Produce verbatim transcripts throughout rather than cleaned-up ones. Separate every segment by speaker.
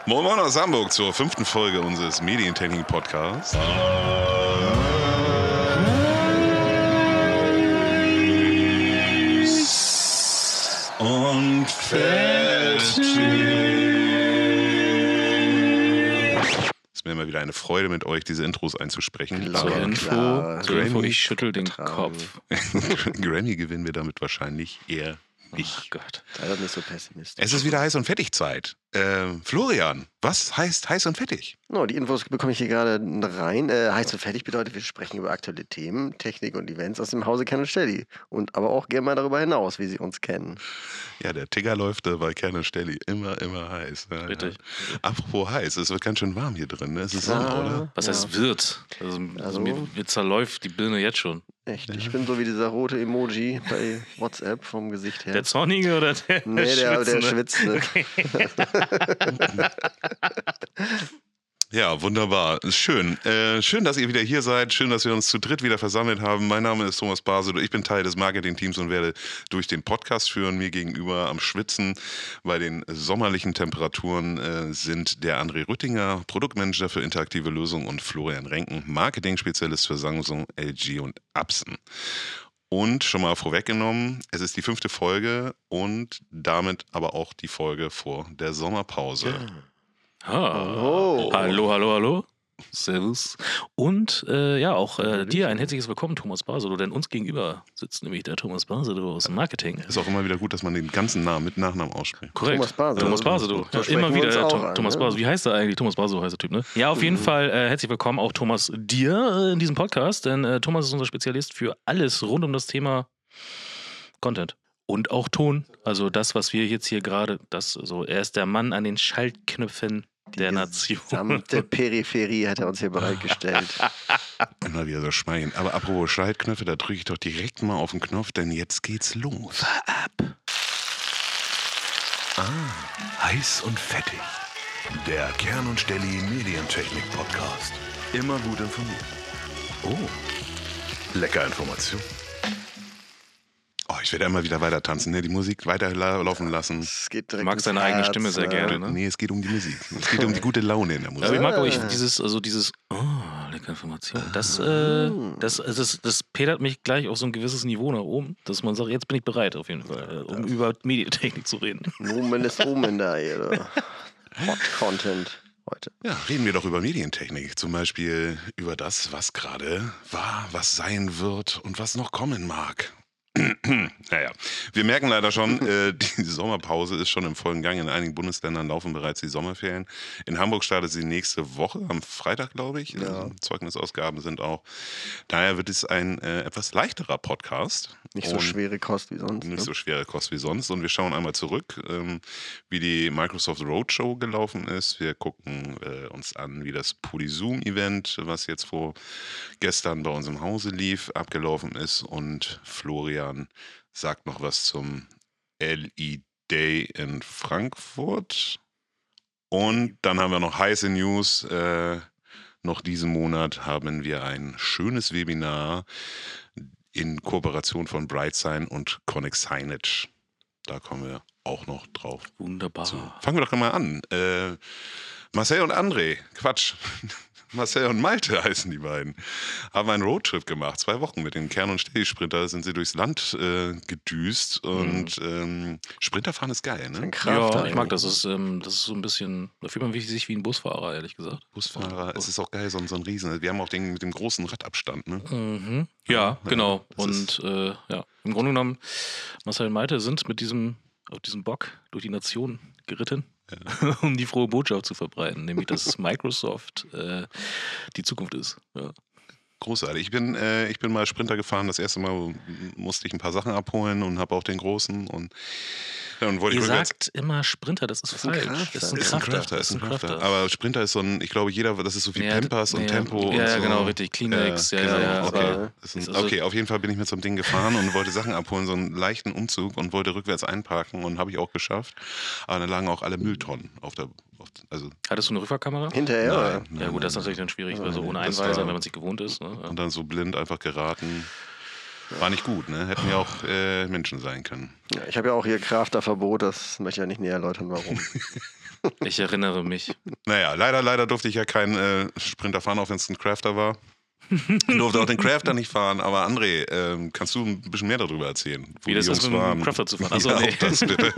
Speaker 1: Moin Moin aus Hamburg zur fünften Folge unseres Medientechnik-Podcasts. Und fertig. Es ist mir immer wieder eine Freude, mit euch diese Intros einzusprechen.
Speaker 2: Zur
Speaker 1: Aber
Speaker 2: Info, zur Info, ich schüttel den
Speaker 3: Tragen.
Speaker 2: Kopf.
Speaker 1: Grammy gewinnen wir damit wahrscheinlich eher nicht.
Speaker 2: Ach Gott.
Speaker 3: Sei doch nicht so pessimistisch.
Speaker 1: Es ist wieder heiß und fettig Zeit. Äh, Florian, was heißt heiß und fettig?
Speaker 3: No, die Infos bekomme ich hier gerade rein. Äh, heiß und fertig bedeutet, wir sprechen über aktuelle Themen, Technik und Events aus dem Hause Kern und Stelli. Und aber auch gerne mal darüber hinaus, wie sie uns kennen.
Speaker 1: Ja, der Tigger läuft da bei Kern und Stelli immer, immer heiß. Ja,
Speaker 2: Richtig.
Speaker 1: Ja. Apropos heiß, es wird ganz schön warm hier drin. Ne? Es ist
Speaker 3: Ja.
Speaker 1: Sommer, oder?
Speaker 2: Was
Speaker 3: Ja.
Speaker 2: heißt wird? Also, also
Speaker 3: Also-
Speaker 2: mir, mir zerläuft die Birne jetzt schon.
Speaker 3: Echt, ich bin so wie dieser rote Emoji bei WhatsApp vom Gesicht her.
Speaker 2: Der Zornige oder der
Speaker 3: nee, der, der
Speaker 2: Schwitzende?
Speaker 3: Schwitzende.
Speaker 1: Ja, wunderbar. Schön. Äh, schön, dass ihr wieder hier seid. Schön, dass wir uns zu dritt wieder versammelt haben. Mein Name ist Thomas Basedow. Ich bin Teil des Marketing-Teams und werde durch den Podcast führen. Mir gegenüber am Schwitzen bei den sommerlichen Temperaturen äh, sind der André Rüttinger, Produktmanager für interaktive Lösungen, und Florian Renken, Marketing-Spezialist für Samsung, L G und Epson. Und schon mal vorweggenommen, es ist die fünfte Folge und damit aber auch die Folge vor der Sommerpause.
Speaker 2: Ah.
Speaker 3: Oh.
Speaker 2: Hallo, hallo, hallo. Servus. Und äh, ja, auch äh, dir ein herzliches Willkommen, Thomas Basedow, denn uns gegenüber sitzt nämlich der Thomas Basedow aus dem Marketing.
Speaker 1: Ist auch immer wieder gut, dass man den ganzen Namen mit Nachnamen ausspricht.
Speaker 2: Korrekt.
Speaker 3: Thomas Basedow.
Speaker 2: Thomas Basedow.
Speaker 3: So
Speaker 2: Ja,
Speaker 3: sprechen
Speaker 2: immer
Speaker 3: wir
Speaker 2: wieder
Speaker 3: uns
Speaker 2: Tho-
Speaker 3: auch an,
Speaker 2: Thomas
Speaker 3: ja.
Speaker 2: Basedow. Wie heißt er eigentlich? Thomas Basedow heißt der Typ, ne? Ja, auf jeden Fall äh, herzlich willkommen auch Thomas dir äh, in diesem Podcast, denn äh, Thomas ist unser Spezialist für alles rund um das Thema Content. Und auch Ton. Also das, was wir jetzt hier gerade, das so, er ist der Mann an den Schaltknöpfen der Nation.
Speaker 3: Die gesamte Peripherie hat er uns hier bereitgestellt.
Speaker 1: Immer wieder so schmeicheln. Aber apropos Schaltknöpfe, da drücke ich doch direkt mal auf den Knopf, denn jetzt geht's los.
Speaker 4: Ah, heiß und fettig. Der Kern und Stelli Medientechnik Podcast. Immer gut informiert. Oh, lecker Information.
Speaker 1: Oh, ich werde immer wieder weiter tanzen, ne? Die Musik weiterlaufen lassen.
Speaker 3: Es geht
Speaker 2: Du
Speaker 3: direkt
Speaker 2: magst
Speaker 3: ins
Speaker 2: deine eigene
Speaker 3: Herz,
Speaker 2: Stimme sehr
Speaker 3: äh,
Speaker 2: gerne, ne?
Speaker 1: Nee, es geht um die Musik. Es geht um die gute Laune in der
Speaker 2: Aber ich
Speaker 1: Musik.
Speaker 2: mag auch ich,
Speaker 3: Ah.
Speaker 2: dieses, also dieses, oh, lecker Information. Das, äh, das, das, das pedert mich gleich auf so ein gewisses Niveau nach oben, dass man sagt, jetzt bin ich bereit auf jeden Fall, um über Medientechnik zu reden.
Speaker 3: Nomen ist Omen da hier. oder? Hot Content heute.
Speaker 1: Ja, reden wir doch über Medientechnik. Zum Beispiel über das, was gerade war, was sein wird und was noch kommen mag. Naja, wir merken leider schon, äh, die Sommerpause ist schon im vollen Gang. In einigen Bundesländern laufen bereits die Sommerferien. In Hamburg startet sie nächste Woche, am Freitag, glaube ich.
Speaker 3: Ja.
Speaker 1: Also Zeugnisausgaben sind auch. Daher wird es ein äh, etwas leichterer Podcast.
Speaker 3: Nicht so
Speaker 1: Und
Speaker 3: schwere Kost wie sonst.
Speaker 1: Nicht
Speaker 3: ne?
Speaker 1: so schwere Kost wie sonst. Und wir schauen einmal zurück, ähm, wie die Microsoft Roadshow gelaufen ist. Wir gucken äh, uns an, wie das Polyzoom-Event, was jetzt vor gestern bei uns im Hause lief, abgelaufen ist. Und Florian sagt noch was zum L E Day in Frankfurt. Und dann haben wir noch heiße News. Äh, noch diesen Monat haben wir ein schönes Webinar in Kooperation von Brightsign und Conic Signage. Da kommen wir auch noch drauf.
Speaker 2: Wunderbar.
Speaker 1: zu. Fangen wir doch mal an. Äh, Marcel und André, Quatsch. Marcel und Malte heißen die beiden, haben einen Roadtrip gemacht. Zwei Wochen mit den Kern- und Stelli-Sprinter sind sie durchs Land äh, gedüst. Und ähm, Sprinterfahren ist geil,
Speaker 3: Ein
Speaker 1: ne?
Speaker 3: Kraft
Speaker 2: Ja, ich mag
Speaker 3: eigentlich.
Speaker 2: das. Das ist, ähm, das ist so ein bisschen, da fühlt man sich wie ein Busfahrer, ehrlich gesagt.
Speaker 1: Busfahrer, es ist auch geil, so, ein- so ein Riesen. Wir haben auch den mit dem großen Radabstand, ne?
Speaker 2: Mhm. Ja, genau.
Speaker 1: das
Speaker 2: Und äh, ja, im Grunde genommen, Marcel und Malte sind mit diesem, auf diesem Bock durch die Nation geritten, um die frohe Botschaft zu verbreiten, nämlich dass Microsoft äh, die Zukunft ist. Ja.
Speaker 1: Großartig. Ich bin, äh, ich bin mal Sprinter gefahren. Das erste Mal musste ich ein paar Sachen abholen und habe auch den großen. Und, ja, und wollte
Speaker 2: Ihr
Speaker 1: ich rückwärts.
Speaker 2: sagt immer Sprinter, das ist,
Speaker 3: Das ist ein
Speaker 2: falsch.
Speaker 3: Crafter.
Speaker 2: Das ist ein
Speaker 1: Ist ein
Speaker 2: Crafter.
Speaker 1: Crafter, ist ein Crafter. Aber Sprinter ist so ein, ich glaube, jeder, das ist so wie
Speaker 2: Ja,
Speaker 1: Pampers und
Speaker 2: ja,
Speaker 1: Tempo
Speaker 2: ja,
Speaker 1: und
Speaker 2: ja,
Speaker 1: so.
Speaker 2: genau, richtig. Kleenex, ja,
Speaker 1: genau,
Speaker 2: ja, ja,
Speaker 1: okay.
Speaker 2: aber
Speaker 1: Das ist ein,
Speaker 2: ist also-
Speaker 1: okay, auf jeden Fall bin ich mit so einem Ding gefahren und wollte Sachen abholen, so einen leichten Umzug und wollte rückwärts einparken und habe ich auch geschafft. Aber dann lagen auch alle Mülltonnen auf der, auf, also
Speaker 2: Hattest du eine Rückfahrkamera?
Speaker 3: Hinterher, oder?
Speaker 1: nein,
Speaker 2: Ja
Speaker 1: nein,
Speaker 2: gut, das ist
Speaker 1: nein,
Speaker 2: natürlich dann schwierig,
Speaker 3: Ja,
Speaker 2: also ohne
Speaker 1: das
Speaker 2: Einweiser,
Speaker 1: war-
Speaker 2: wenn man sich gewohnt ist. Ne? Ja.
Speaker 1: und dann so blind einfach geraten. War nicht gut, ne? Hätten ja auch äh, Menschen sein können.
Speaker 3: Ja, ich habe ja auch hier Crafter-Verbot, das möchte ich ja nicht näher erläutern, warum.
Speaker 2: Ich erinnere mich.
Speaker 1: Naja, leider, leider durfte ich ja keinen äh, Sprinter fahren, auch wenn es ein Crafter war. Ich durfte auch den Crafter nicht fahren, aber André, ähm, kannst du ein bisschen mehr darüber erzählen?
Speaker 2: Wie das ist, mit dem Crafter zu fahren? Achso,
Speaker 1: ja,
Speaker 2: nee.
Speaker 1: auch das bitte.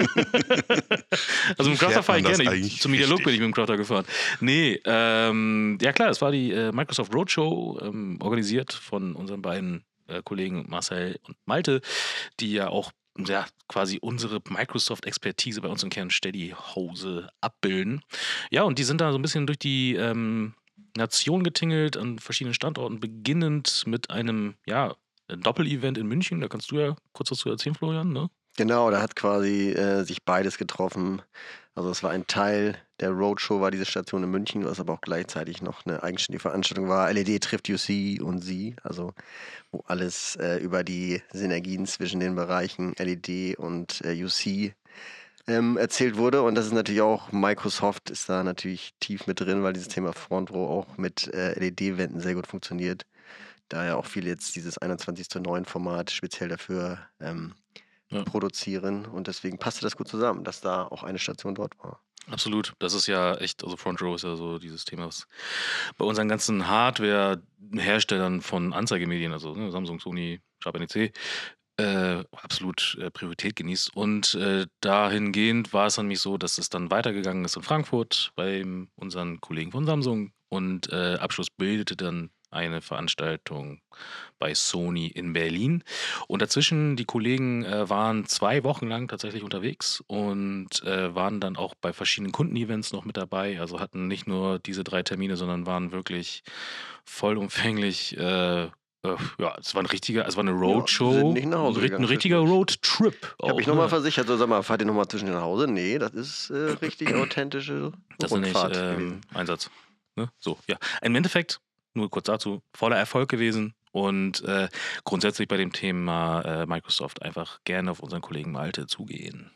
Speaker 2: Also mit dem Crafter fahre ich
Speaker 1: Fährt man das
Speaker 2: gerne.
Speaker 1: eigentlich
Speaker 2: Zum Dialog
Speaker 1: richtig?
Speaker 2: bin ich mit dem Crafter gefahren. Nee, ähm, ja klar, es war die äh, Microsoft Roadshow, ähm, organisiert von unseren beiden äh, Kollegen Marcel und Malte, die ja auch ja, quasi unsere Microsoft-Expertise bei uns im Kern Steady-Hause abbilden. Ja, und die sind da so ein bisschen durch die ähm, Nation getingelt an verschiedenen Standorten, beginnend mit einem, ja, Doppel-Event in München. Da kannst du ja kurz dazu erzählen, Florian, ne?
Speaker 3: Genau, da hat quasi äh, sich beides getroffen. Also es war ein Teil der Roadshow, war diese Station in München, was aber auch gleichzeitig noch eine eigenständige Veranstaltung war. L E D trifft U C und Sie, also wo alles äh, über die Synergien zwischen den Bereichen L E D und äh, U C ähm, erzählt wurde. Und das ist natürlich auch, Microsoft ist da natürlich tief mit drin, weil dieses Thema Front Row auch mit äh, L E D-Wänden sehr gut funktioniert. Da ja auch viele jetzt dieses einundzwanzig zu neun Format speziell dafür ähm,
Speaker 2: Ja.
Speaker 3: produzieren. Und deswegen passte das gut zusammen, dass da auch eine Station dort war.
Speaker 2: Absolut. Das ist ja echt, also Front Row ist ja so dieses Thema, was bei unseren ganzen Hardware-Herstellern von Anzeigemedien, also ne, Samsung, Sony, Sharp N E C, äh, absolut äh, Priorität genießt. Und äh, dahingehend war es dann nämlich so, dass es dann weitergegangen ist in Frankfurt bei unseren Kollegen von Samsung und äh, Abschluss bildete dann eine Veranstaltung bei Sony in Berlin. Und dazwischen, die Kollegen äh, waren zwei Wochen lang tatsächlich unterwegs und äh, waren dann auch bei verschiedenen Kundenevents noch mit dabei. Also hatten nicht nur diese drei Termine, sondern waren wirklich vollumfänglich. Äh, äh, ja, es war ein richtiger, es war eine Roadshow.
Speaker 3: sind nicht nach Hause
Speaker 2: ein, ri-
Speaker 3: gegangen,
Speaker 2: ein richtiger Roadtrip.
Speaker 3: Ich habe mich
Speaker 2: auch,
Speaker 3: nochmal
Speaker 2: ne?
Speaker 3: versichert, so sag mal, fahrt ihr nochmal zwischen nach Hause? Nee, das ist äh, richtig authentische
Speaker 2: Das ist nicht
Speaker 3: Rundfahrt
Speaker 2: ähm,
Speaker 3: gewesen.
Speaker 2: Einsatz. Ne? So, ja. Im Endeffekt, nur kurz dazu, voller Erfolg gewesen und äh, grundsätzlich bei dem Thema äh, Microsoft einfach gerne auf unseren Kollegen Malte zugehen.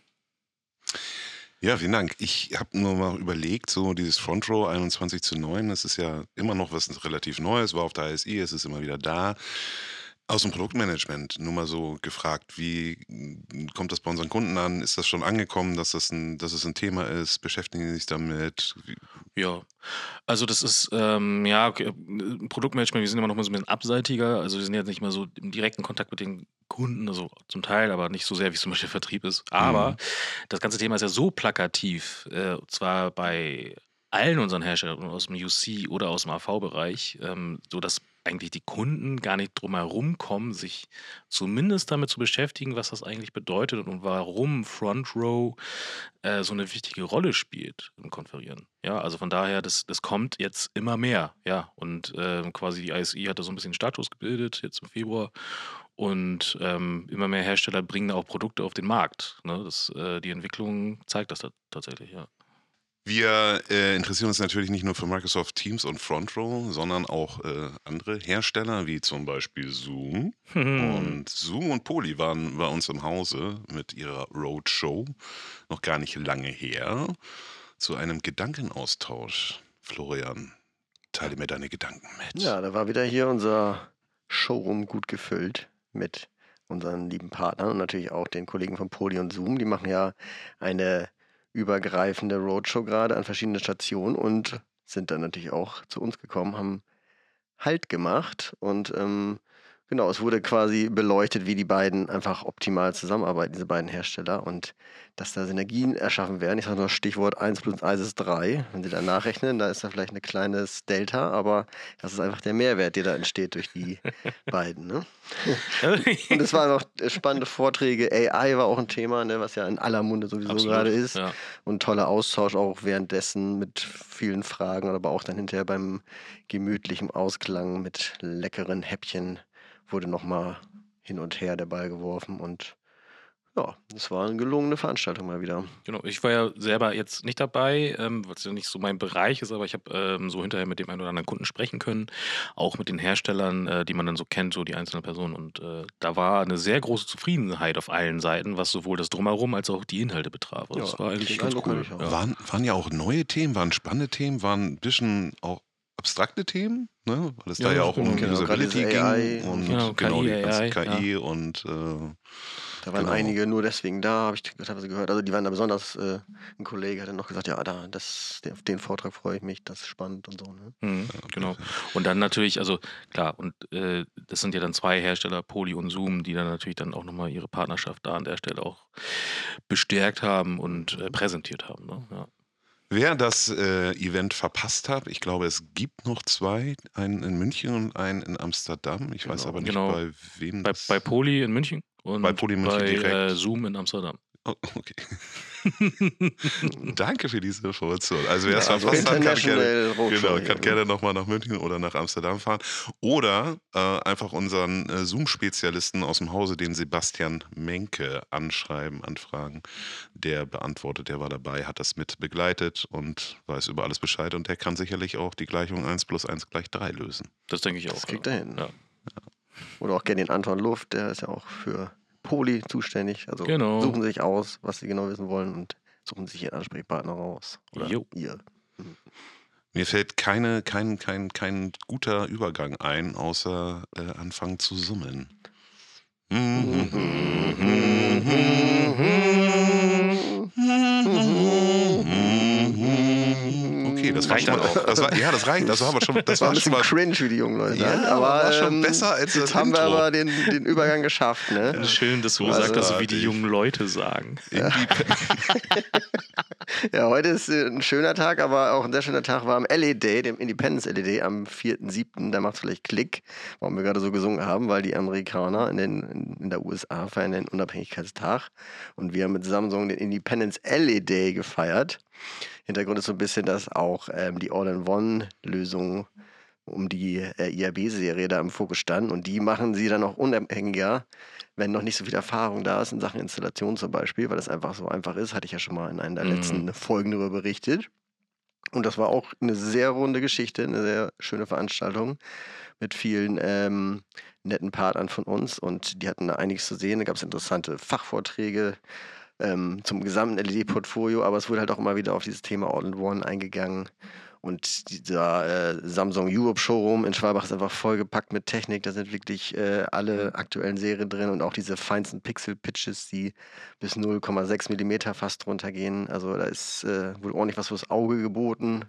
Speaker 1: Ja, vielen Dank. Ich habe nur mal überlegt, so dieses Front Row einundzwanzig zu neun, das ist ja immer noch was relativ Neues, war auf der I S I, es ist immer wieder da. Aus dem Produktmanagement, nur mal so gefragt, wie mm, kommt das bei unseren Kunden an? Ist das schon angekommen, dass das ein, dass es ein Thema ist? Beschäftigen Sie sich damit? Wie-
Speaker 2: Ja, also das ist, ähm, ja, okay, äh, Produktmanagement, wir sind immer noch mal so ein bisschen abseitiger, also wir sind jetzt nicht mal so im direkten Kontakt mit den Kunden, also zum Teil, aber nicht so sehr, wie es zum Beispiel Vertrieb ist. Aber
Speaker 1: Mhm.
Speaker 2: das ganze Thema ist ja so plakativ, äh, und zwar bei allen unseren Herstellern aus dem U C oder aus dem A V-Bereich, ähm, so dass eigentlich die Kunden gar nicht drum herum kommen, sich zumindest damit zu beschäftigen, was das eigentlich bedeutet und warum Front Row äh, so eine wichtige Rolle spielt im Konferieren. Ja, also von daher, das, das kommt jetzt immer mehr. Ja, und ähm, quasi die I S I hat da so ein bisschen Status gebildet jetzt im Februar. Und ähm, immer mehr Hersteller bringen auch Produkte auf den Markt. Ne? Das, äh, die Entwicklung zeigt das ta- tatsächlich, ja.
Speaker 1: Wir äh, interessieren uns natürlich nicht nur für Microsoft Teams und Front Row, sondern auch äh, andere Hersteller, wie zum Beispiel Zoom. Und Zoom und Poly waren bei uns im Hause mit ihrer Roadshow, noch gar nicht lange her, zu einem Gedankenaustausch. Florian, teile mir deine Gedanken mit.
Speaker 3: Ja, da war wieder hier unser Showroom gut gefüllt mit unseren lieben Partnern und natürlich auch den Kollegen von Poly und Zoom. Die machen ja eine übergreifende Roadshow gerade an verschiedenen Stationen und sind dann natürlich auch zu uns gekommen, haben Halt gemacht und ähm, genau, es wurde quasi beleuchtet, wie die beiden einfach optimal zusammenarbeiten, diese beiden Hersteller und dass da Synergien erschaffen werden. Ich sage nur Stichwort eins plus eins ist drei. Wenn Sie da nachrechnen, da ist da vielleicht ein kleines Delta, aber das ist einfach der Mehrwert, der da entsteht durch die beiden. Ne? Und es waren auch spannende Vorträge. A I war auch ein Thema, ne, was ja in aller Munde sowieso
Speaker 2: Absolut,
Speaker 3: gerade ist.
Speaker 2: ja.
Speaker 3: Und toller Austausch auch währenddessen mit vielen Fragen, aber auch dann hinterher beim gemütlichen Ausklang mit leckeren Häppchen wurde nochmal hin und her der Ball geworfen und ja, es war eine gelungene Veranstaltung mal wieder.
Speaker 2: Genau, ich war ja selber jetzt nicht dabei, ähm, weil es ja nicht so mein Bereich ist, aber ich habe ähm, so hinterher mit dem einen oder anderen Kunden sprechen können, auch mit den Herstellern, äh, die man dann so kennt, so die einzelnen Personen. Und äh, da war eine sehr große Zufriedenheit auf allen Seiten, was sowohl das Drumherum als auch die Inhalte betraf. Also
Speaker 3: Ja,
Speaker 2: das war eigentlich
Speaker 3: den
Speaker 2: ganz
Speaker 3: Eindruck
Speaker 2: cool.
Speaker 3: hatte ich auch.
Speaker 2: Ja.
Speaker 1: Waren, waren ja auch neue Themen, waren spannende Themen, waren ein bisschen auch abstrakte Themen, ne? Weil es
Speaker 2: Ja,
Speaker 1: da ja auch um
Speaker 2: genau.
Speaker 1: Usability
Speaker 3: Gerade diese A I.
Speaker 1: ging und
Speaker 2: Genau,
Speaker 1: genau
Speaker 2: K I,
Speaker 1: die ganze
Speaker 2: A I,
Speaker 1: K I und äh,
Speaker 3: Da waren
Speaker 1: Genau.
Speaker 3: einige nur deswegen da, habe ich teilweise gehört. Also die waren da besonders, äh, ein Kollege hat dann noch gesagt, ja, da, das, auf den Vortrag freue ich mich, das ist spannend und so. Ne?
Speaker 2: Mhm, genau. Und dann natürlich, also klar, und äh, das sind ja dann zwei Hersteller, Poly und Zoom, die dann natürlich dann auch nochmal ihre Partnerschaft da an der Stelle auch bestärkt haben und äh, präsentiert haben. Ne? Ja.
Speaker 1: Wer das äh, Event verpasst hat, ich glaube, es gibt noch zwei, einen in München und einen in Amsterdam. Ich weiß
Speaker 3: Genau.
Speaker 1: aber nicht,
Speaker 2: Genau.
Speaker 1: bei wem
Speaker 2: Bei,
Speaker 1: das...
Speaker 2: bei Poly in München und
Speaker 1: Bei Poly in München
Speaker 2: bei
Speaker 1: direkt.
Speaker 2: äh, Zoom in Amsterdam.
Speaker 1: Oh, okay. Danke für diese Information. Also wer es
Speaker 3: Ja, also
Speaker 1: verpasst hat, kann gerne,
Speaker 3: International Roadshow
Speaker 1: genau,
Speaker 3: hier,
Speaker 1: kann
Speaker 3: ne?
Speaker 1: gerne nochmal nach München oder nach Amsterdam fahren. Oder äh, einfach unseren äh, Zoom-Spezialisten aus dem Hause, den Sebastian Menke, anschreiben, anfragen. Der beantwortet, der war dabei, hat das mit begleitet und weiß über alles Bescheid. Und der kann sicherlich auch die Gleichung eins plus eins gleich drei lösen.
Speaker 2: Das denke ich auch.
Speaker 3: Das kriegt
Speaker 2: ja.
Speaker 3: er hin.
Speaker 2: Ja.
Speaker 3: Oder auch gerne den Anton Luft, der ist ja auch für Poly zuständig. Also
Speaker 2: Genau.
Speaker 3: suchen sich aus, was sie genau wissen wollen und suchen sich ihren Ansprechpartner raus. Oder
Speaker 2: Jo.
Speaker 3: ihr.
Speaker 1: Mir fällt keine, kein, kein, kein guter Übergang ein, außer äh, anfangen zu summen. Okay, das war
Speaker 2: Reicht
Speaker 1: schon mal
Speaker 2: auch.
Speaker 1: Das war, ja, das reicht. Das war aber schon, das
Speaker 3: Das war
Speaker 1: war
Speaker 3: ein
Speaker 1: schon
Speaker 3: bisschen
Speaker 1: mal.
Speaker 3: cringe, wie die jungen Leute
Speaker 1: Ja,
Speaker 3: sagen.
Speaker 1: aber war schon
Speaker 3: ähm,
Speaker 1: besser als
Speaker 3: jetzt
Speaker 1: das
Speaker 3: haben wir
Speaker 1: Intro.
Speaker 3: aber den, den Übergang geschafft, ne?
Speaker 2: Schön, dass du
Speaker 3: Also,
Speaker 2: gesagt hast, wie die
Speaker 1: ich-
Speaker 2: jungen Leute sagen.
Speaker 3: Ja, heute ist äh, ein schöner Tag, aber auch ein sehr schöner Tag war am L E D, dem Independence L E D, am vierten siebten Da macht es vielleicht Klick, warum wir gerade so gesungen haben, weil die Amerikaner in, den, in, in der U S A feiern den Unabhängigkeitstag und wir haben mit Samsung den Independence L E D gefeiert. Hintergrund ist so ein bisschen, dass auch ähm, die All-in-One-Lösung um die äh, I A B-Serie da im Fokus stand und die machen sie dann auch unabhängiger, wenn noch nicht so viel Erfahrung da ist in Sachen Installation zum Beispiel, weil das einfach so einfach ist, hatte ich ja schon mal in einer der
Speaker 2: Mhm.
Speaker 3: letzten Folgen darüber berichtet. Und das war auch eine sehr runde Geschichte, eine sehr schöne Veranstaltung mit vielen ähm, netten Partnern von uns und die hatten da einiges zu sehen. Da gab es interessante Fachvorträge ähm, zum gesamten L E D-Portfolio, aber es wurde halt auch immer wieder auf dieses Thema All-in-One eingegangen. Und dieser äh, Samsung Europe Showroom in Schwalbach ist einfach vollgepackt mit Technik. Da sind wirklich äh, alle aktuellen Serien drin und auch diese feinsten Pixel-Pitches, die bis null Komma sechs Millimeter fast runtergehen. Also da ist äh, wohl ordentlich was fürs Auge geboten.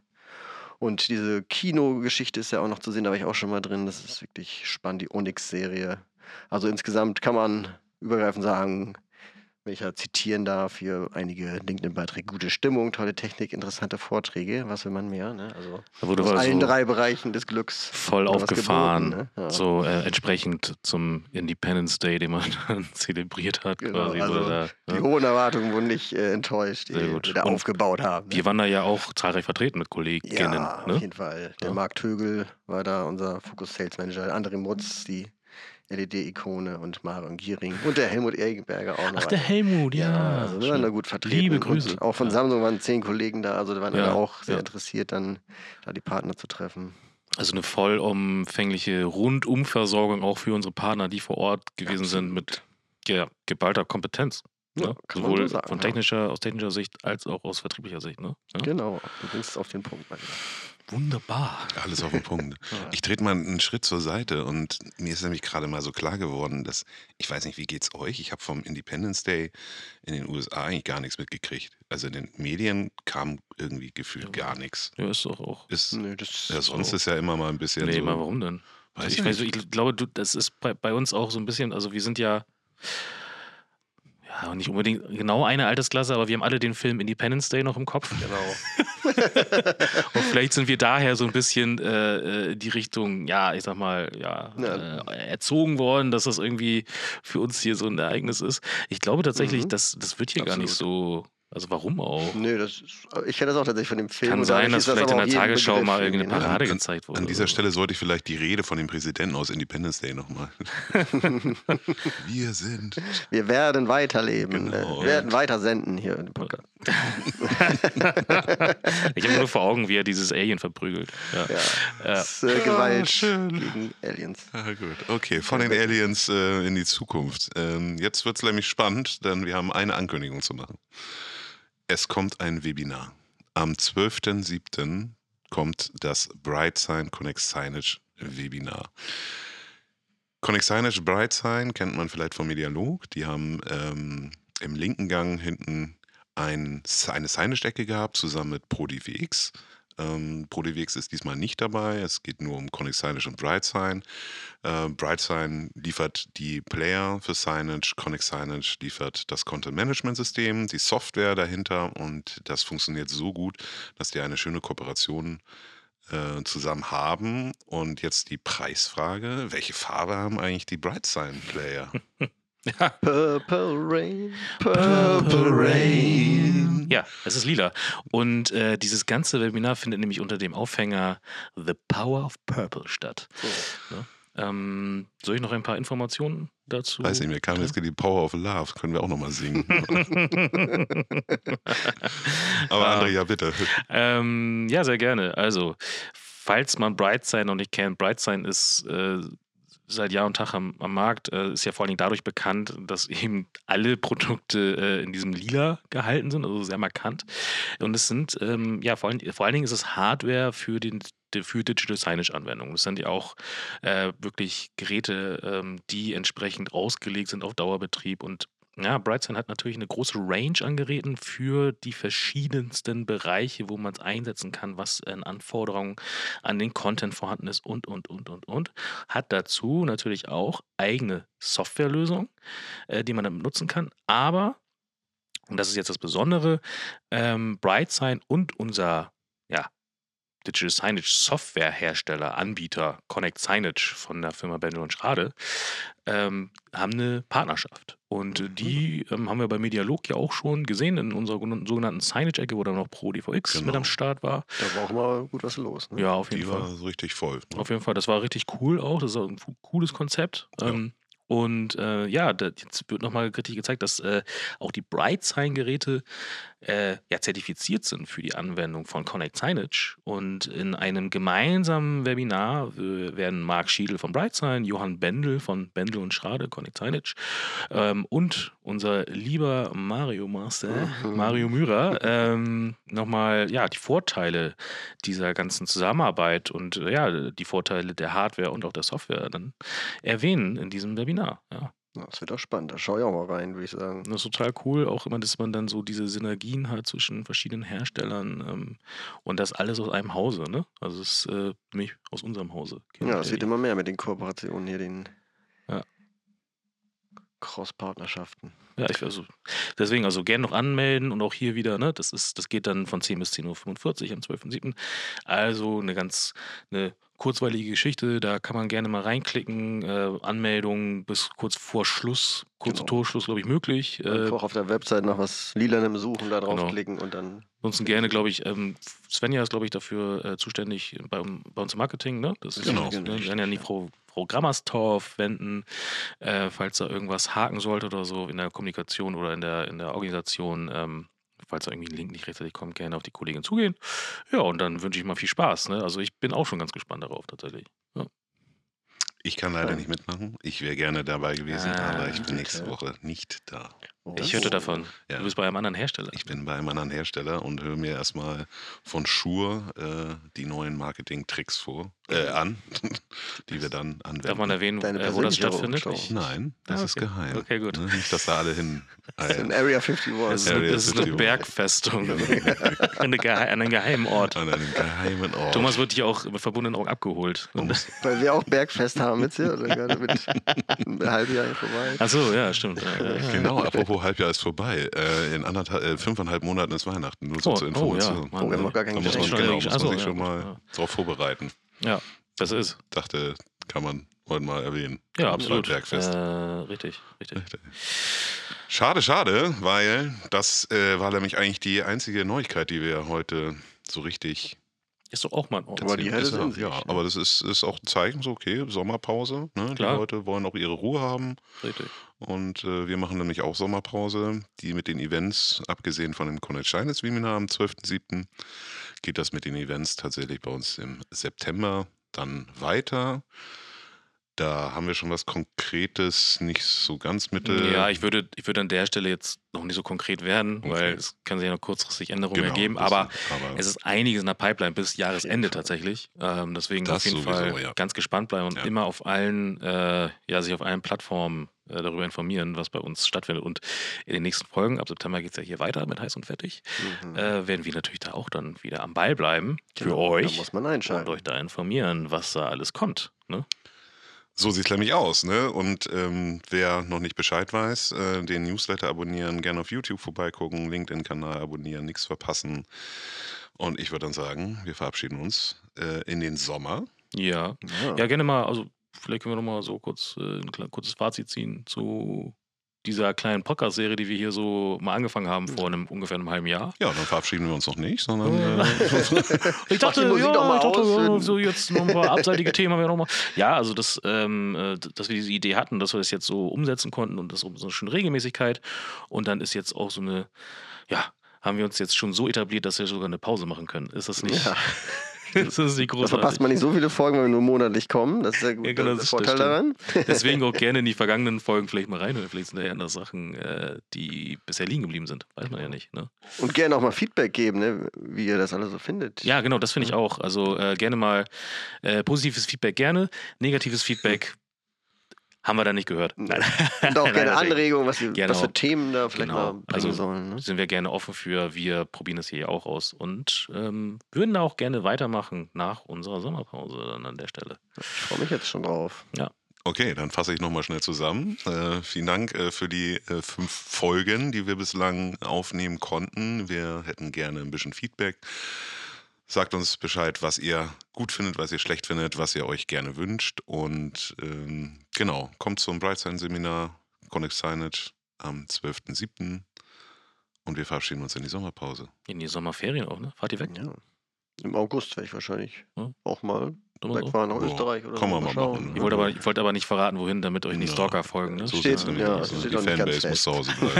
Speaker 3: Und diese Kino-Geschichte ist ja auch noch zu sehen, da war ich auch schon mal drin. Das ist wirklich spannend, die Onyx-Serie. Also insgesamt kann man übergreifend sagen, wenn ich ja zitieren darf, hier einige LinkedIn-Beiträge, gute Stimmung, tolle Technik, interessante Vorträge, was will man mehr, ne? Also
Speaker 2: Da wurde
Speaker 3: aus
Speaker 2: aber
Speaker 3: allen
Speaker 2: so
Speaker 3: drei Bereichen des Glücks
Speaker 2: voll
Speaker 3: wurde was
Speaker 2: aufgefahren,
Speaker 3: geboten, ne? Ja.
Speaker 2: so äh, entsprechend zum Independence Day, den man dann zelebriert hat.
Speaker 3: Genau,
Speaker 2: quasi,
Speaker 3: also
Speaker 2: wurde da,
Speaker 3: die
Speaker 2: ne?
Speaker 3: hohen Erwartungen wurden nicht äh, enttäuscht, die
Speaker 2: Sehr gut.
Speaker 3: wir da
Speaker 2: Und
Speaker 3: aufgebaut haben. Ne?
Speaker 2: Wir waren da ja auch zahlreich vertreten mit Kolleginnen.
Speaker 3: Ja, auf
Speaker 2: Ne?
Speaker 3: jeden Fall. Der
Speaker 2: Ja.
Speaker 3: Marc Tögel war da, unser Focus Sales Manager, André Mutz, die L E D-Ikone und Marion Giering und der Helmut Egenberger auch noch.
Speaker 2: Ach, der Helmut, ja.
Speaker 3: Ja, also wir waren
Speaker 2: schön.
Speaker 3: da gut vertreten.
Speaker 2: Liebe Grüße.
Speaker 3: Und auch von
Speaker 2: Ja.
Speaker 3: Samsung waren zehn Kollegen da, also da waren
Speaker 2: Ja,
Speaker 3: alle auch sehr
Speaker 2: ja.
Speaker 3: interessiert, dann da die Partner zu treffen.
Speaker 2: Also eine vollumfängliche Rundumversorgung auch für unsere Partner, die vor Ort gewesen sind mit ge geballter Kompetenz.
Speaker 3: Ja,
Speaker 2: Ne?
Speaker 3: kann man
Speaker 2: Sowohl
Speaker 3: so sagen,
Speaker 2: von
Speaker 3: ja.
Speaker 2: technischer, aus technischer Sicht als auch aus vertrieblicher Sicht. Ne? Ja?
Speaker 3: Genau, du bringst es auf den Punkt. Mein Lieber.
Speaker 2: Wunderbar.
Speaker 1: Alles auf den Punkt.
Speaker 3: Ja.
Speaker 1: Ich trete mal einen Schritt zur Seite und mir ist nämlich gerade mal so klar geworden, dass, ich weiß nicht, wie geht's euch? Ich habe vom Independence Day in den U S A eigentlich gar nichts mitgekriegt. Also in den Medien kam irgendwie gefühlt gar nichts.
Speaker 2: Ja, ist doch auch.
Speaker 1: Ist,
Speaker 3: Nö, das
Speaker 1: ja, sonst
Speaker 2: so.
Speaker 1: ist ja immer mal ein bisschen
Speaker 2: Nee,
Speaker 1: so.
Speaker 2: mal warum denn?
Speaker 1: Weiß
Speaker 2: Also
Speaker 1: ich
Speaker 2: ich, weiß,
Speaker 1: nicht.
Speaker 2: ich glaube, du, das ist bei, bei uns auch so ein bisschen, also wir sind ja, ja, nicht unbedingt genau eine Altersklasse, aber wir haben alle den Film Independence Day noch im Kopf.
Speaker 3: Genau.
Speaker 2: Und vielleicht sind wir daher so ein bisschen äh, äh, die Richtung, ja, ich sag mal, ja,
Speaker 3: Ja.
Speaker 2: äh, erzogen worden, dass das irgendwie für uns hier so ein Ereignis ist. Ich glaube tatsächlich,
Speaker 3: Mhm.
Speaker 2: das, das wird hier gar nicht so, also warum auch?
Speaker 3: Nö, das ist, ich kenne das auch tatsächlich von dem Film.
Speaker 2: Kann
Speaker 3: und
Speaker 2: sein,
Speaker 3: dadurch
Speaker 2: dass
Speaker 3: ist das
Speaker 2: vielleicht in
Speaker 3: aber
Speaker 2: der
Speaker 3: auch jedem
Speaker 2: Tagesschau
Speaker 3: Begriff
Speaker 2: mal irgendeine
Speaker 3: irgendwie, ne?
Speaker 2: Parade
Speaker 1: An-
Speaker 2: gezeigt wurde.
Speaker 1: An
Speaker 2: oder
Speaker 1: dieser
Speaker 2: so.
Speaker 1: Stelle sollte ich vielleicht die Rede von dem Präsidenten aus Independence Day nochmal. Wir sind.
Speaker 3: Wir werden weiterleben,
Speaker 1: Genau.
Speaker 3: äh, wir werden weiter senden hier im Podcast.
Speaker 2: Ich habe nur vor Augen, wie er dieses Alien verprügelt. Ja.
Speaker 3: Ja,
Speaker 2: Ja.
Speaker 3: das ist äh, Gewalt
Speaker 1: schön.
Speaker 3: gegen Aliens.
Speaker 1: Ah, gut. Okay, von den Aliens äh, in die Zukunft. Ähm, jetzt wird es nämlich spannend, denn wir haben eine Ankündigung zu machen. Es kommt ein Webinar. Am zwölften siebten kommt das BrightSign Connect Signage Webinar. Connect Signage, BrightSign kennt man vielleicht vom Medialog. Die haben ähm, im linken Gang hinten ein, eine Signage-Ecke gehabt, zusammen mit ProDVX. Ähm, ProDVX ist diesmal nicht dabei. Es geht nur um Connect Signage und BrightSign. Äh, BrightSign liefert die Player für Signage. Connect Signage liefert das Content-Management-System, die Software dahinter. Und das funktioniert so gut, dass die eine schöne Kooperation äh, zusammen haben. Und jetzt die Preisfrage. Welche Farbe haben eigentlich die BrightSign-Player?
Speaker 2: Ja.
Speaker 3: Purple Rain,
Speaker 1: Purple Rain.
Speaker 2: Ja, es ist lila. Und äh, dieses ganze Webinar findet nämlich unter dem Aufhänger The Power of Purple statt.
Speaker 3: Oh.
Speaker 2: Ne? Ähm, soll ich noch ein paar Informationen dazu?
Speaker 1: Weiß nicht, mir kam jetzt die Power of Love. Können wir auch nochmal singen. Aber André, ja bitte.
Speaker 2: Ähm, ja, sehr gerne. Also, falls man BrightSign noch nicht kennt, BrightSign ist äh, seit Jahr und Tag am, am Markt, äh, ist ja vor allen Dingen dadurch bekannt, dass eben alle Produkte äh, in diesem Lila gehalten sind, also sehr markant. Und es sind, ähm, ja, vor allen, vor allen Dingen ist es Hardware für den für Digital Signage-Anwendungen. Das sind ja auch äh, wirklich Geräte, ähm, die entsprechend ausgelegt sind auf Dauerbetrieb. Und ja, BrightSign hat natürlich eine große Range an Geräten für die verschiedensten Bereiche, wo man es einsetzen kann, was an Anforderungen an den Content vorhanden ist und, und, und, und, und. Hat dazu natürlich auch eigene Softwarelösungen, äh, die man dann nutzen kann. Aber, und das ist jetzt das Besondere, ähm, BrightSign und unser, ja, Digital Signage Softwarehersteller, Anbieter Connect Signage von der Firma Bendel und Schrade ähm, haben eine Partnerschaft. Und äh, die ähm, haben wir bei Medialog ja auch schon gesehen in unserer sogenannten Signage-Ecke, wo dann noch ProDVX
Speaker 1: Genau.
Speaker 2: mit am Start war.
Speaker 3: Da war auch mal gut was los. Ne?
Speaker 2: Ja, auf jeden
Speaker 1: Die
Speaker 2: Fall.
Speaker 1: war so richtig voll. Ne?
Speaker 2: Auf jeden Fall, das war richtig cool auch. Das ist auch ein cooles Konzept.
Speaker 1: Ja.
Speaker 2: Ähm, und äh, ja, da, jetzt wird nochmal richtig gezeigt, dass äh, auch die BrightSign-Geräte äh, ja, zertifiziert sind für die Anwendung von Connect Signage. Und in einem gemeinsamen Webinar äh, werden Marc Schiedl von BrightSign, Johann Bendel von Bendel und Schrade, Connect Signage ähm, und unser lieber Mario Master,
Speaker 3: Mhm.
Speaker 2: Mario Myhrer, ähm, nochmal ja, die Vorteile dieser ganzen Zusammenarbeit und äh, ja, die Vorteile der Hardware und auch der Software dann erwähnen in diesem Webinar. Ja.
Speaker 3: Ja, das wird auch spannend. Da schaue ich auch mal rein, würde ich sagen.
Speaker 2: Das ist total cool, auch immer, dass man dann so diese Synergien hat zwischen verschiedenen Herstellern ähm, und das alles aus einem Hause, ne? Also es ist äh, mich aus unserem Hause.
Speaker 3: Ja, es wird immer mehr mit den Kooperationen hier, den
Speaker 2: Ja.
Speaker 3: Cross-Partnerschaften.
Speaker 2: Ja, ich, also deswegen, also gerne noch anmelden und auch hier wieder, ne? Das ist, das geht dann von zehn bis zehn Uhr fünfundvierzig am zwölften siebten Also eine ganz eine kurzweilige Geschichte, da kann man gerne mal reinklicken. Äh, Anmeldung bis kurz vor Schluss, kurz
Speaker 3: Genau.
Speaker 2: Torschluss, glaube ich, möglich. Äh,
Speaker 3: Einfach auf der Website nach was Lilanem suchen, da
Speaker 2: Genau.
Speaker 3: draufklicken und dann.
Speaker 2: Ansonsten gerne, glaube ich, ähm, Svenja ist, glaube ich, dafür äh, zuständig bei, bei uns im Marketing, ne? Das ist
Speaker 1: Genau.
Speaker 2: ne? Wir werden ja an die Frau, Frau Grammerstorff wenden, äh, falls da irgendwas haken sollte oder so in der Kommunikation oder in der, in der Organisation. Ähm, falls da irgendwie ein Link nicht rechtzeitig kommt, gerne auf die Kollegin zugehen. Ja, und dann wünsche ich mal viel Spaß. Ne? Also ich bin auch schon ganz gespannt darauf, tatsächlich. Ja.
Speaker 1: Ich kann leider nicht mitmachen. Ich wäre gerne dabei gewesen,
Speaker 2: Ah,
Speaker 1: aber ich bin
Speaker 3: okay.
Speaker 1: nächste Woche nicht da.
Speaker 2: Ich
Speaker 3: Oh.
Speaker 2: hörte davon.
Speaker 1: Ja.
Speaker 2: Du bist bei einem anderen Hersteller.
Speaker 1: Ich bin bei einem anderen Hersteller und höre mir erstmal von Schur äh, die neuen Marketing-Tricks vor, äh, an, die wir dann anwenden.
Speaker 2: Darf man erwähnen,
Speaker 3: Deine
Speaker 2: äh, wo das
Speaker 3: persönliche
Speaker 2: stattfindet?
Speaker 3: Roadshow.
Speaker 2: Ich,
Speaker 1: Nein, das
Speaker 2: Ah,
Speaker 1: ist
Speaker 2: okay.
Speaker 1: geheim.
Speaker 2: Okay, gut.
Speaker 1: Ne? Nicht, dass da alle hin.
Speaker 3: Das ist in Area
Speaker 2: Es ist,
Speaker 3: einundfünfzig.
Speaker 2: eine,
Speaker 1: Area
Speaker 2: es ist eine
Speaker 1: fünfty-one.
Speaker 2: Bergfestung. eine gehe an einem geheimen Ort.
Speaker 1: An einem geheimen Ort.
Speaker 2: Thomas wird hier auch mit verbundenen Augen abgeholt.
Speaker 3: Weil wir auch Bergfest haben jetzt hier. Oder gerade mit einem halben Jahr vorbei.
Speaker 2: Achso, ja, stimmt. Ja, ja, ja.
Speaker 1: Genau, apropos Halbjahr ist vorbei. Äh, in anderthalb, äh, fünfeinhalb Monaten ist Weihnachten, nur so
Speaker 2: Oh,
Speaker 1: zur
Speaker 2: oh,
Speaker 1: Information.
Speaker 2: ja. Mann,
Speaker 3: Oh, wir haben noch gar kein
Speaker 1: Da muss man,
Speaker 3: Geschenk.
Speaker 1: genau, muss man
Speaker 2: Achso,
Speaker 1: sich
Speaker 2: ja,
Speaker 1: schon
Speaker 2: gut,
Speaker 1: mal
Speaker 2: ja.
Speaker 1: drauf vorbereiten.
Speaker 2: Ja, das ist.
Speaker 1: Dachte, kann man heute mal erwähnen.
Speaker 2: Ja,
Speaker 1: Beim
Speaker 2: absolut. Äh,
Speaker 1: Bergfest.
Speaker 2: richtig, richtig.
Speaker 1: Schade, schade, weil das äh, war nämlich eigentlich die einzige Neuigkeit, die wir heute so richtig.
Speaker 2: Ist doch auch mal ein Ort.
Speaker 3: Aber die
Speaker 1: erzählen.
Speaker 3: hätte
Speaker 1: ist
Speaker 3: es
Speaker 1: ja,
Speaker 3: in sich,
Speaker 1: ja,
Speaker 3: ne?
Speaker 1: aber das ist, ist auch ein Zeichen, so okay, Sommerpause. Ne? Die
Speaker 2: Klar.
Speaker 1: Leute wollen auch ihre Ruhe haben.
Speaker 2: Richtig.
Speaker 1: Und äh, wir machen nämlich auch Sommerpause. Die mit den Events, abgesehen von dem Connect Shines Webinar am zwölften siebten geht das mit den Events tatsächlich bei uns im September dann weiter. Da haben wir schon was Konkretes, nicht so ganz Mitte.
Speaker 2: Ja, ich würde, ich würde an der Stelle jetzt noch nicht so konkret werden,
Speaker 1: Okay.
Speaker 2: weil es kann sich ja noch kurzfristig Änderungen
Speaker 1: Genau,
Speaker 2: ergeben.
Speaker 1: das-
Speaker 2: Aber
Speaker 1: aber
Speaker 2: es ist einiges in der Pipeline bis Jahresende tatsächlich. Ähm, deswegen
Speaker 1: Das
Speaker 2: auf jeden
Speaker 1: sowieso,
Speaker 2: Fall
Speaker 1: ja.
Speaker 2: ganz gespannt bleiben und
Speaker 1: Ja.
Speaker 2: immer auf allen, äh, ja, sich auf allen Plattformen äh, darüber informieren, was bei uns stattfindet. Und in den nächsten Folgen, ab September geht es ja hier weiter mit Heiß und Fertig,
Speaker 3: Mhm.
Speaker 2: äh, werden wir natürlich da auch dann wieder am Ball bleiben für
Speaker 3: Genau,
Speaker 2: euch
Speaker 3: Da muss man
Speaker 2: und
Speaker 3: einschalten.
Speaker 2: euch da informieren, was da alles kommt. Ne?
Speaker 1: So sieht es nämlich aus, ne? Und ähm, wer noch nicht Bescheid weiß, äh, den Newsletter abonnieren, gerne auf YouTube vorbeigucken, LinkedIn-Kanal abonnieren, nichts verpassen. Und ich würde dann sagen, wir verabschieden uns äh, in den Sommer.
Speaker 2: Ja.
Speaker 3: Ja.
Speaker 2: Ja, gerne mal, also vielleicht können wir noch mal so kurz äh, ein kle- kurzes Fazit ziehen zu dieser kleinen Podcast-Serie, die wir hier so mal angefangen haben vor einem ungefähr einem halben Jahr.
Speaker 1: Ja, dann verabschieden wir uns noch nicht, sondern
Speaker 2: Ja.
Speaker 1: äh,
Speaker 2: Ich
Speaker 3: Mach die
Speaker 2: dachte,
Speaker 3: Musik
Speaker 2: ja,
Speaker 3: doch mal
Speaker 2: ich dachte
Speaker 3: aus,
Speaker 2: ja,
Speaker 3: wenn-
Speaker 2: so jetzt noch ein paar abseitige Themen haben wir noch mal. Ja, also das, ähm, äh, dass wir diese Idee hatten, dass wir das jetzt so umsetzen konnten und das um so eine schöne Regelmäßigkeit. Und dann ist jetzt auch so eine, ja, haben wir uns jetzt schon so etabliert, dass wir sogar eine Pause machen können. Ist das nicht?
Speaker 3: Ja.
Speaker 2: Ist das nicht
Speaker 3: Da
Speaker 2: großartig?
Speaker 3: verpasst man nicht so viele Folgen, wenn wir nur monatlich kommen. Das ist ja gut,
Speaker 2: Ja, genau,
Speaker 3: der
Speaker 2: das-
Speaker 3: Vorteil
Speaker 2: das
Speaker 3: daran.
Speaker 2: Deswegen auch gerne in die vergangenen Folgen vielleicht mal reinhören. Vielleicht sind da ja andere Sachen, äh, die bisher liegen geblieben sind. Weiß man ja nicht. Ne?
Speaker 3: Und gerne auch mal Feedback geben, ne? Wie ihr das alles so findet.
Speaker 2: Ja, genau, das finde ich auch. Also äh, gerne mal äh, positives Feedback gerne, negatives Feedback haben wir da nicht gehört. Nein.
Speaker 3: Und auch
Speaker 2: Nein,
Speaker 3: gerne
Speaker 2: deswegen
Speaker 3: Anregungen, was, wir,
Speaker 2: Genau.
Speaker 3: was für Themen da vielleicht
Speaker 2: Genau.
Speaker 3: mal bringen
Speaker 2: Also-
Speaker 3: sollen. Ne?
Speaker 2: Sind wir gerne offen für. Wir probieren das hier ja auch aus und ähm, würden da auch gerne weitermachen nach unserer Sommerpause dann an der Stelle.
Speaker 3: Ich freue mich jetzt schon drauf.
Speaker 1: okay, dann fasse ich nochmal schnell zusammen. Äh, vielen Dank äh, für die äh, fünf Folgen, die wir bislang aufnehmen konnten. Wir hätten gerne ein bisschen Feedback. Sagt uns Bescheid, was ihr gut findet, was ihr schlecht findet, was ihr euch gerne wünscht. Und ähm, genau, kommt zum Brightsign-Seminar, Connect Signage am zwölften siebten Und wir verabschieden uns in die Sommerpause.
Speaker 2: In die Sommerferien auch, ne? Fahrt ihr weg?
Speaker 3: Ja. Im August werde ich wahrscheinlich
Speaker 2: Ja.
Speaker 3: auch mal
Speaker 2: Oder so?
Speaker 3: wegfahren nach
Speaker 1: Ja,
Speaker 3: Österreich oder
Speaker 1: kann
Speaker 3: so.
Speaker 1: man mal
Speaker 3: schauen.
Speaker 1: machen,
Speaker 2: Ich
Speaker 1: ne?
Speaker 2: wollte aber, ich wollte aber nicht verraten, wohin, damit euch nicht
Speaker 1: Ja.
Speaker 2: Stalker folgen. Ne?
Speaker 1: So
Speaker 3: Steht-
Speaker 1: sieht es nämlich
Speaker 3: ja,
Speaker 1: aus.
Speaker 3: das
Speaker 1: Ne?
Speaker 3: steht
Speaker 1: Die
Speaker 3: noch nicht ganz
Speaker 1: Fanbase muss
Speaker 3: fest.
Speaker 1: zu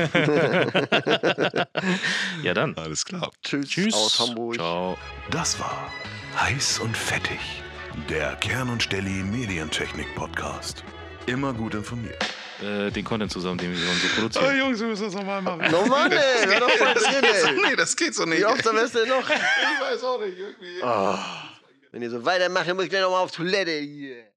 Speaker 1: Hause bleiben.
Speaker 2: Ja, dann.
Speaker 1: Alles klar.
Speaker 3: Tschüss,
Speaker 2: Tschüss.
Speaker 3: aus Hamburg.
Speaker 2: Ciao.
Speaker 4: Das war Heiß und Fettig, der Kern und Stelli Medientechnik Podcast. Immer gut informiert.
Speaker 2: Äh, den Content zusammen, den wir so produzieren.
Speaker 1: Jungs, wir müssen das nochmal machen.
Speaker 3: No Mann, ey, hör doch mal drin, ey.
Speaker 1: Nee, das geht so nicht.
Speaker 3: Wie oft sammelst du denn noch?
Speaker 1: Ich weiß auch nicht, irgendwie.
Speaker 3: Oh, wenn ihr so weitermacht, dann muss ich gleich nochmal auf Toilette hier.